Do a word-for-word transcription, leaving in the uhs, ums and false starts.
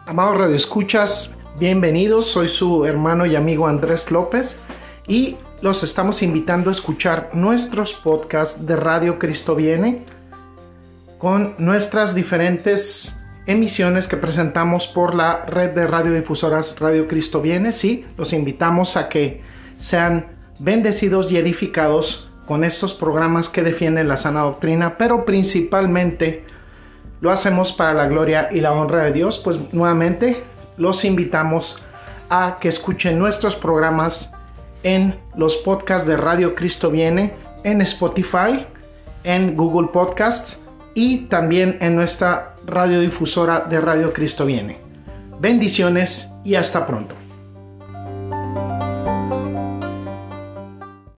Amados radioescuchas, bienvenidos. Soy su hermano y amigo Andrés López y los estamos invitando a escuchar nuestros podcasts de Radio Cristo Viene con nuestras diferentes emisiones que presentamos por la red de radiodifusoras Radio Cristo Viene. Sí, los invitamos a que sean bendecidos y edificados con estos programas que defienden la sana doctrina, pero principalmente lo hacemos para la gloria y la honra de Dios. Pues nuevamente los invitamos a que escuchen nuestros programas en los podcasts de Radio Cristo Viene, en Spotify, en Google Podcasts y también en nuestra radiodifusora de Radio Cristo Viene. Bendiciones y hasta pronto.